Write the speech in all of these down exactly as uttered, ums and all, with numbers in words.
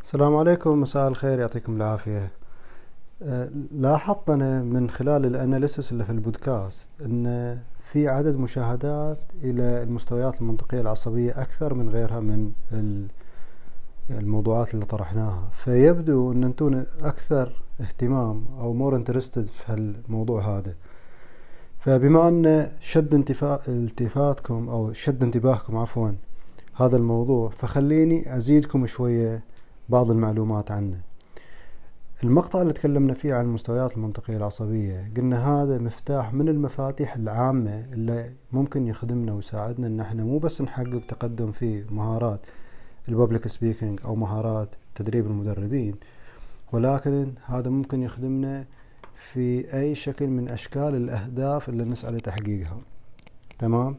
السلام عليكم، مساء الخير، يعطيكم العافية. أه، لاحظت أنا من خلال الأناليسيس اللي في البودكاست أن في عدد مشاهدات إلى المستويات المنطقية العصبية أكثر من غيرها من الموضوعات اللي طرحناها، فيبدو أن أنتم أكثر اهتمام أو مور انترستد في هالموضوع هذا. فبما أن شد انتفا- التفاتكم أو شد انتباهكم عفوا هذا الموضوع، فخليني أزيدكم شوية بعض المعلومات عنه. المقطع اللي تكلمنا فيه عن المستويات المنطقية العصبية قلنا هذا مفتاح من المفاتيح العامة اللي ممكن يخدمنا ويساعدنا ان احنا مو بس نحقق تقدم في مهارات الببليك سبيكينج او مهارات تدريب المدربين، ولكن هذا ممكن يخدمنا في اي شكل من اشكال الاهداف اللي نسعى لتحقيقها. تمام.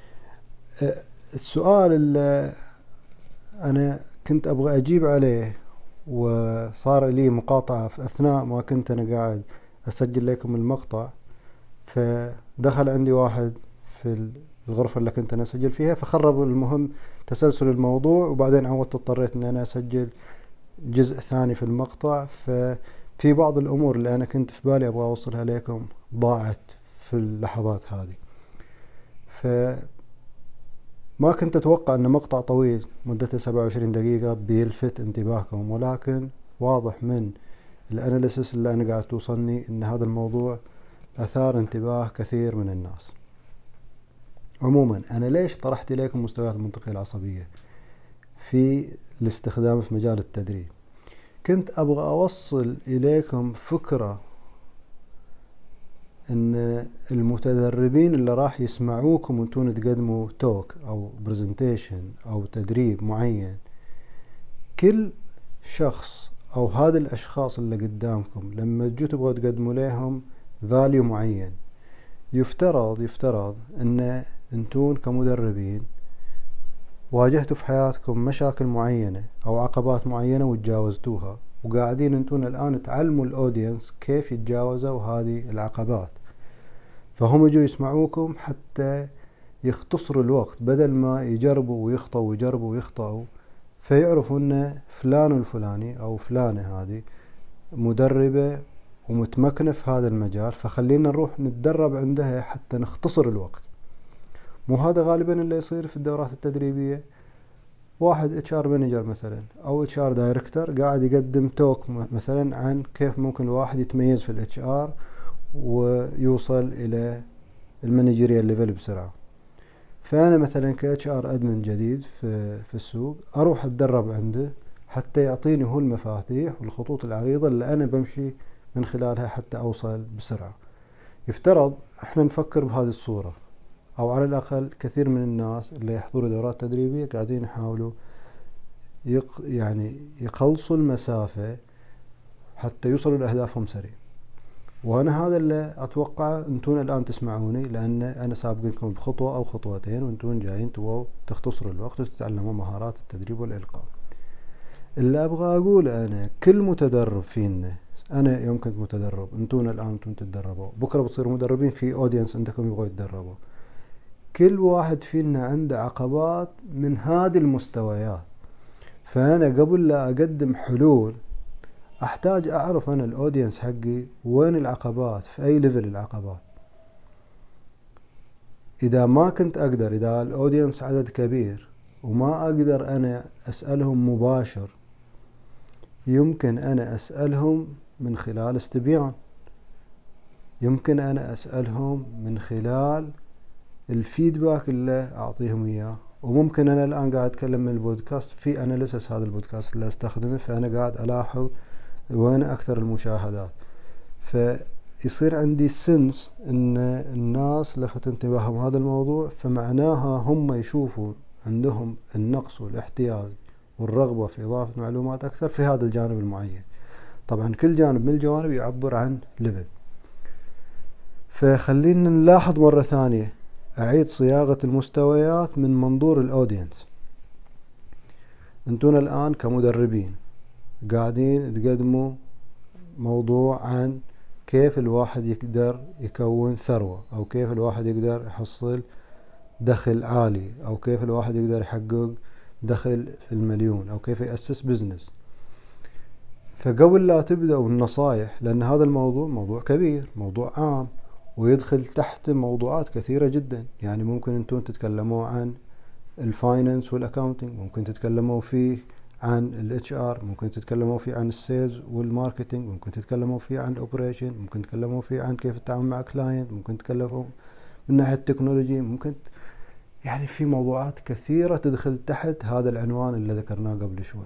السؤال اللي انا كنت ابغى اجيب عليه وصار لي مقاطعة في أثناء ما كنت أنا قاعد أسجل لكم المقطع، فدخل عندي واحد في الغرفة اللي كنت أنا أسجل فيها فخرب المهم تسلسل الموضوع، وبعدين عودت اضطريت أن أنا أسجل جزء ثاني في المقطع. ففي بعض الأمور اللي أنا كنت في بالي أبغى أوصلها لكم ضاعت في اللحظات هذه. ف ما كنت أتوقع أن مقطع طويل مدته سبعة وعشرين دقيقة بيلفت انتباهكم، ولكن واضح من الاناليسيس اللي أنا قاعد توصلني أن هذا الموضوع أثار انتباه كثير من الناس. عموما أنا ليش طرحت إليكم مستويات المنطقية العصبية في الاستخدام في مجال التدريب؟ كنت أبغى أوصل إليكم فكرة ان المتدربين اللي راح يسمعوكم وانتون تقدموا توك او برزنتيشن او تدريب معين، كل شخص او هذا الاشخاص اللي قدامكم لما تجوا تبغوا تقدموا لهم فاليو معين، يفترض يفترض ان انتون كمدربين واجهتوا في حياتكم مشاكل معينة او عقبات معينة وتجاوزتوها، وقاعدين انتون الان تعلموا الاودينس كيف يتجاوزوا هذه العقبات. فهم يجوا يسمعوكم حتى يختصروا الوقت، بدل ما يجربوا ويخطئوا ويجربوا ويخطئوا، فيعرفوا ان فلان الفلاني او فلانة هذه مدربة ومتمكنة في هذا المجال، فخلينا نروح نتدرب عندها حتى نختصر الوقت. مو هذا غالبا اللي يصير في الدورات التدريبية؟ واحد اتش ار مانجر مثلا او اتش ار دايركتور قاعد يقدم توك مثلا عن كيف ممكن الواحد يتميز في الاتش ار ويوصل الى المانجيريال ليفل بسرعة. فانا مثلا كاتش ار ادمن جديد في في السوق اروح اتدرب عنده حتى يعطيني هو المفاتيح والخطوط العريضة اللي انا بمشي من خلالها حتى اوصل بسرعة. يفترض احنا نفكر بهذه الصورة، او على الاقل كثير من الناس اللي يحضروا دورات تدريبية قاعدين يحاولوا يق يعني يقلصوا المسافة حتى يوصلوا لاهدافهم سريع. وانا هذا اللي اتوقع انتون الان تسمعوني، لان انا سابق لكم بخطوة او خطوتين وانتون جايين تبغوا تختصروا الوقت وتتعلموا مهارات التدريب والالقاء. اللي ابغى اقول انا كل متدرب فينا، انا يوم كنت متدرب، انتون الان انتون تتدربوا، بكرة بتصيروا مدربين في اودينس عندكم يبغوا يتدربوا، كل واحد فينا عنده عقبات من هذه المستويات. فانا قبل لا اقدم حلول احتاج اعرف انا الاودينس حقي وين العقبات، في اي ليفل العقبات. اذا ما كنت اقدر، اذا الاودينس عدد كبير وما اقدر انا اسألهم مباشر، يمكن انا اسألهم من خلال استبيان، يمكن انا اسألهم من خلال الفيدباك اللي اعطيهم اياه. وممكن انا الان قاعد اتكلم من البودكاست في اناليسس هذا البودكاست اللي استخدمه، فانا قاعد الاحظ وين اكثر المشاهدات، فيصير عندي سنس ان الناس لفت انتباههم هذا الموضوع، فمعناها هم يشوفوا عندهم النقص والاحتياج والرغبة في اضافة معلومات اكثر في هذا الجانب المعين. طبعا كل جانب من الجوانب يعبر عن ليفل. فخلينا نلاحظ مرة ثانية، اعيد صياغة المستويات من منظور الاودينس. انتون الان كمدربين قاعدين تقدموا موضوع عن كيف الواحد يقدر يكون ثروة، او كيف الواحد يقدر يحصل دخل عالي، او كيف الواحد يقدر يحقق دخل في المليون، او كيف يأسس بزنس. فقبل لا تبدأوا النصائح، لأن هذا الموضوع موضوع كبير، موضوع عام، ويدخل تحت موضوعات كثيرة جدا. يعني ممكن انتم تتكلموا عن الفاينانس والاكاونتنج، ممكن تتكلموا فيه عن الاتش ار، ممكن تتكلموا فيه عن السيلز والماركتينج، ممكن تتكلموا فيه عن الاوبريشن، ممكن تتكلموا فيه عن كيف التعامل مع كلاينت، ممكن تتكلموا من ناحية التكنولوجي، ممكن يعني في موضوعات كثيرة تدخل تحت هذا العنوان اللي ذكرناه قبل شوي.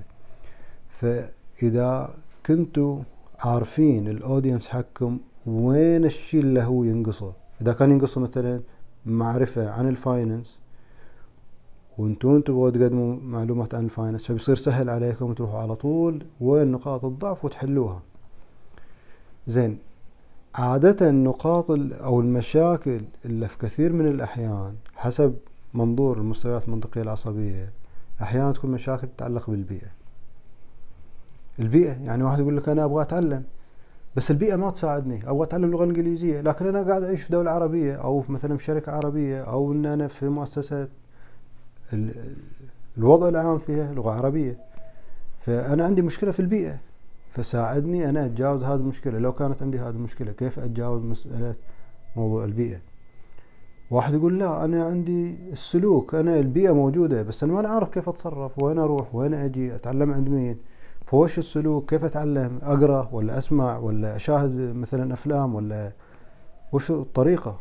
فإذا كنتوا عارفين الاودينس حقكم وين الشيء اللي هو ينقصه، إذا كان ينقصه مثلا معرفة عن الفاينانس وانتون تبغوا تقدموا معلومات عن الفاينانس، فبيصير سهل عليكم تروحوا على طول وين نقاط الضعف وتحلوها. زين، عادة النقاط أو المشاكل اللي في كثير من الأحيان حسب منظور المستويات المنطقية العصبية أحيانا تكون مشاكل تتعلق بالبيئة. البيئة يعني واحد يقول لك أنا أبغى أتعلم بس البيئة ما تساعدني، أبغى أتعلم اللغة الإنجليزية لكن أنا قاعد أعيش في دولة عربية أو مثلا في شركة عربية أو إن أنا في مؤسسة الوضع العام فيها لغة عربية، فأنا عندي مشكلة في البيئة، فساعدني أنا أتجاوز هذه المشكلة. لو كانت عندي هذه المشكلة كيف أتجاوز مسألة موضوع البيئة؟ واحد يقول لا أنا عندي السلوك، أنا البيئة موجودة بس أنا ما أعرف كيف أتصرف، وين أروح وين أجي، أتعلم عند مين، فوش السلوك، كيف أتعلم، أقرأ ولا أسمع ولا أشاهد مثلا أفلام ولا وش الطريقة؟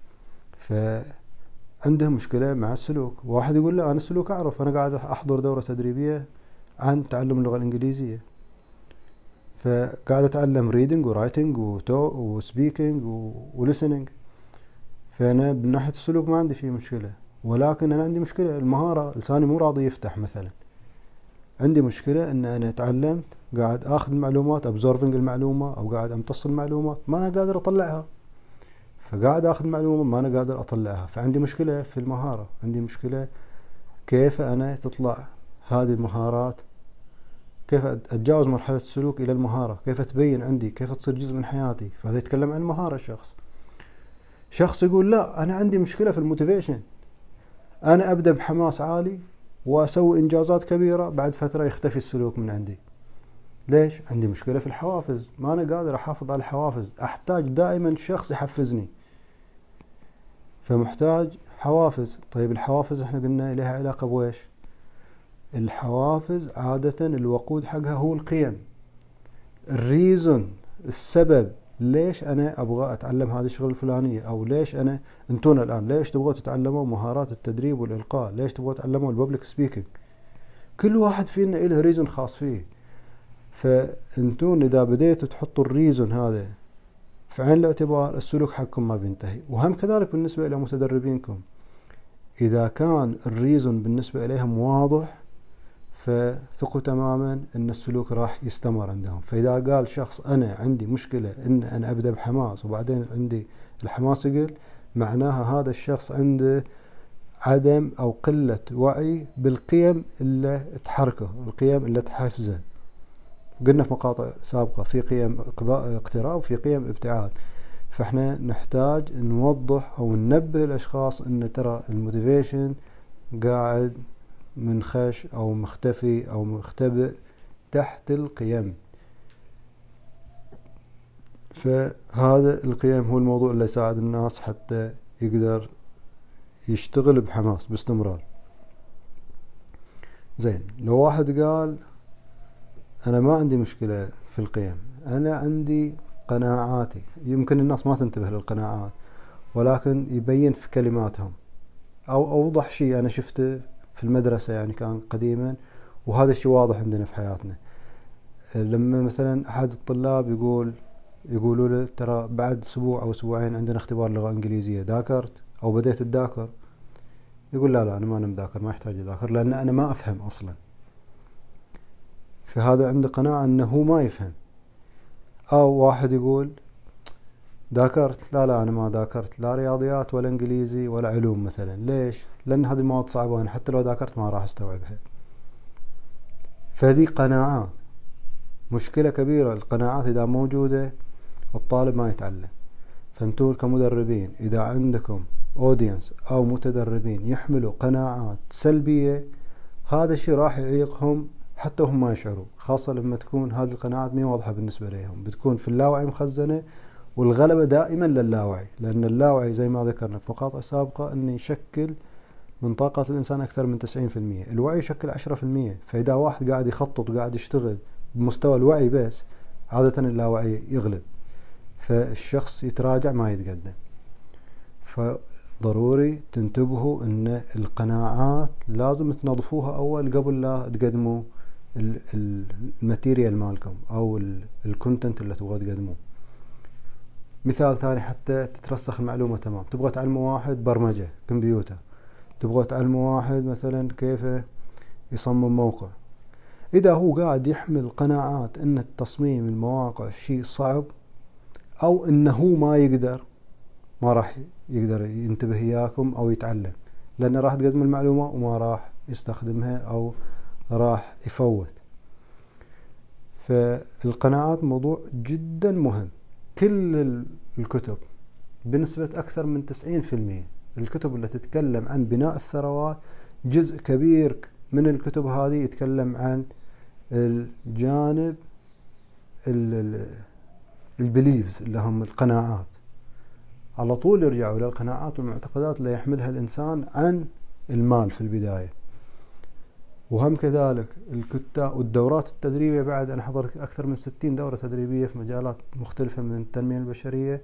فعندهم مشكلة مع السلوك. واحد يقول لا أنا السلوك أعرف، أنا قاعد أحضر دورة تدريبية عن تعلم اللغة الإنجليزية، فقاعد أتعلم reading و writing و speaking و listening، فأنا من ناحية السلوك ما عندي فيه مشكلة، ولكن أنا عندي مشكلة المهارة، لساني مو راضي يفتح مثلا، عندي مشكلة أن أنا تعلمت قاعد أخذ المعلومات absorbing المعلومة أو قاعد أمتص المعلومات ما أنا قادر أطلعها، فقاعد أخذ معلومة ما أنا قادر أطلعها، فعندي مشكلة في المهارة، عندي مشكلة كيف أنا تطلع هذه المهارات، كيف أتجاوز مرحلة السلوك إلى المهارة، كيف تبين عندي، كيف تصير جزء من حياتي. فهذا يتكلم عن مهارة. الشخص شخص يقول لا أنا عندي مشكلة في الموتيفيشن، أنا أبدأ بحماس عالي وأسوي إنجازات كبيرة، بعد فترة يختفي السلوك من عندي. ليش؟ عندي مشكلة في الحوافز، ما أنا قادر أحافظ على الحوافز، أحتاج دائما شخص يحفزني، فمحتاج حوافز. طيب الحوافز احنا قلنا لها علاقة بويش؟ الحوافز عادة الوقود حقها هو القيم، الريزون، السبب ليش أنا أبغى أتعلم هذه الشغل الفلانية، أو ليش أنا أنتون الآن ليش تبغوا تتعلموا مهارات التدريب والإلقاء، ليش تبغوا تتعلموا الببليك سبيكينج. كل واحد فينا له ريزون خاص فيه، فأنتون إذا بديتوا تحطوا الريزون هذا في عين الاعتبار السلوك حقكم ما بينتهي. وهم كذلك بالنسبة إلى متدربينكم، إذا كان الريزون بالنسبة إليهم واضح فثقوا تماما أن السلوك راح يستمر عندهم. فإذا قال شخص أنا عندي مشكلة أن أنا أبدأ بحماس وبعدين عندي الحماس يقل، معناها هذا الشخص عنده عدم أو قلة وعي بالقيم اللي تحركه، القيم اللي تحفزه. قلنا في مقاطع سابقة في قيم اقتراب وفي قيم ابتعاد، فاحنا نحتاج نوضح أو ننبه الأشخاص أن ترى الموتيفيشن قاعد منخش أو مختفي أو مختبئ تحت القيم. فهذا القيم هو الموضوع اللي يساعد الناس حتى يقدر يشتغل بحماس باستمرار. زين، لو واحد قال أنا ما عندي مشكلة في القيم، أنا عندي قناعاتي، يمكن الناس ما تنتبه للقناعات ولكن يبين في كلماتهم. أو أوضح شيء أنا شفته في المدرسة يعني كان قديما، وهذا الشيء واضح عندنا في حياتنا. لما مثلا أحد الطلاب يقول يقولوا له ترى بعد أسبوع أو أسبوعين عندنا اختبار لغة إنجليزية، ذاكرت أو بديت تذاكر؟ يقول لا لا أنا ما أنا مذاكر، ما يحتاج أذاكر لأن أنا ما أفهم أصلا. فهذا عنده قناعة أنه هو ما يفهم. أو واحد يقول ذاكرت؟ لا لا أنا ما ذاكرت لا رياضيات ولا إنجليزي ولا علوم مثلا. ليش؟ لأن هذه المواد صعبة وأنا حتى لو ذاكرت ما راح استوعبها. فهذه قناعات، مشكلة كبيرة. القناعات إذا موجودة الطالب ما يتعلم. فأنتم كمدربين إذا عندكم أودينس أو متدربين يحملوا قناعات سلبية، هذا الشيء راح يعيقهم حتى هم ما يشعروا، خاصة لما تكون هذه القناعات مي واضحة بالنسبة لهم، بتكون في اللاوعي مخزنة، والغلبة دائما للاوعي، لأن اللاوعي زي ما ذكرنا في مقاطع سابقة أنه يشكل من طاقة الإنسان أكثر من تسعين في المية، الوعي يشكل عشرة في المية. فإذا واحد قاعد يخطط وقاعد يشتغل بمستوى الوعي بس، عادة اللاوعي يغلب، فالشخص يتراجع ما يتقدم. فضروري تنتبهوا أن القناعات لازم تنظفوها أول قبل لا تقدموا الماتيريال مالكم أو الكونتنت اللي تبغوا تقدموه. مثال ثاني حتى تترسخ المعلومة تمام، تبغى تعلموا واحد برمجة كمبيوتر، تبغى تعلموا واحد مثلا كيف يصمم موقع، إذا هو قاعد يحمل قناعات أن تصميم المواقع شيء صعب أو أنه هو ما يقدر، ما راح يقدر ينتبه إياكم أو يتعلم، لأنه راح تقدم المعلومة وما راح يستخدمها أو راح يفوت. فالقناعات موضوع جدا مهم. كل الكتب بنسبة أكثر من تسعين في المية الكتب اللي تتكلم عن بناء الثروات، جزء كبير من الكتب هذه يتكلم عن الجانب البليفز اللي هم القناعات، على طول يرجعوا إلى القناعات والمعتقدات اللي يحملها الإنسان عن المال في البداية. وهم كذلك الكتاب والدورات التدريبية، بعد أنا حضرت أكثر من ستين دورة تدريبية في مجالات مختلفة من التنمية البشرية،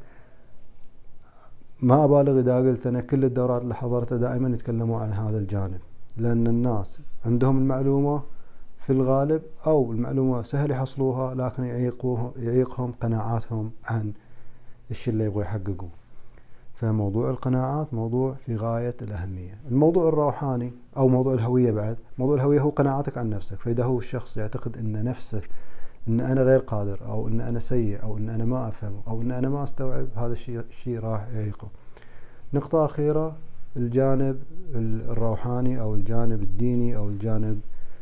ما أبالغ إذا قلت أنا كل الدورات اللي حضرتها دائما يتكلموا عن هذا الجانب، لأن الناس عندهم المعلومة في الغالب أو المعلومة سهل يحصلوها، لكن يعيقوه يعيقهم قناعاتهم عن الشيء اللي يبغوا يحققوه. فموضوع القناعات موضوع في غاية الأهمية. الموضوع الروحاني أو موضوع الهوية، بعد موضوع الهوية هو قناعاتك عن نفسك. فإذا هو الشخص يعتقد أن نفسه أن أنا غير قادر أو أن أنا سيء أو أن أنا ما أفهم أو أن أنا ما أستوعب، هذا الشيء الشيء راح يعيقه. نقطة أخيرة، الجانب الروحاني أو الجانب الديني أو الجانب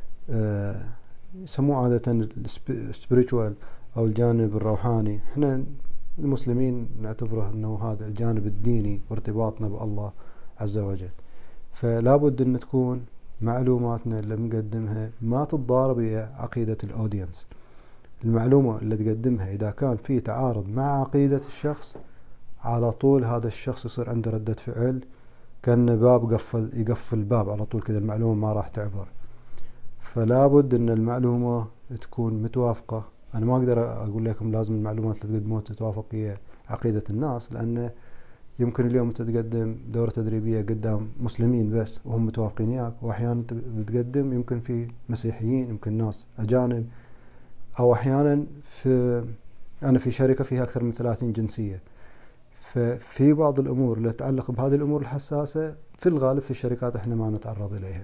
آه يسموه عادة السبيريتوال أو الجانب الروحاني. احنا المسلمين نعتبره أنه هذا الجانب الديني وارتباطنا بالله عز وجل. فلا بد أن تكون معلوماتنا اللي نقدمها ما تتضارب هي عقيدة الأودينس. المعلومة اللي تقدمها إذا كان في تعارض مع عقيدة الشخص، على طول هذا الشخص يصير عنده ردة فعل كأن باب قفل يقفل الباب على طول كذا، المعلومة ما راح تعبر. فلا بد أن المعلومة تكون متوافقة. أنا ما أقدر أقول لكم لازم المعلومات اللي تقدموها تتوافق هي عقيدة الناس، لأن يمكن اليوم أنت تقدم دورة تدريبية قدام مسلمين بس وهم متوافقين وياك، وأحيانا بتقدم يمكن في مسيحيين، يمكن ناس أجانب، أو أحيانا في أنا في شركة فيها أكثر من ثلاثين جنسية. ففي بعض الأمور اللي تتعلق بهذه الأمور الحساسة في الغالب في الشركات إحنا ما نتعرض إليها.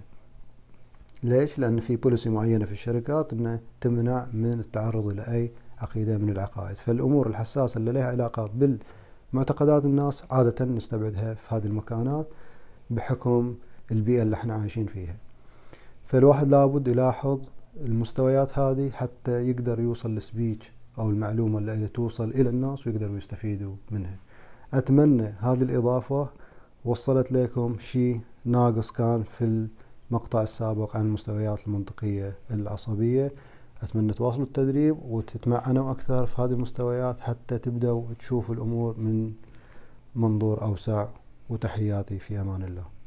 ليش؟ لأن في بوليسي معينة في الشركات أنها تمنع من التعرض إلى أي عقيدة من العقائد. فالأمور الحساسة اللي لها علاقة بالمعتقدات الناس عادة نستبعدها في هذه المكانات بحكم البيئة اللي احنا عايشين فيها. فالواحد لابد يلاحظ المستويات هذه حتى يقدر يوصل للسبيتش أو المعلومة اللي توصل إلى الناس ويقدروا يستفيدوا منها. أتمنى هذه الإضافة وصلت لكم شيء ناقص كان في المقطع السابق عن المستويات المنطقية العصبية. أتمنى تواصلوا التدريب وتتمعنوا أكثر في هذه المستويات حتى تبدأوا تشوفوا الأمور من منظور أوسع. وتحياتي، في أمان الله.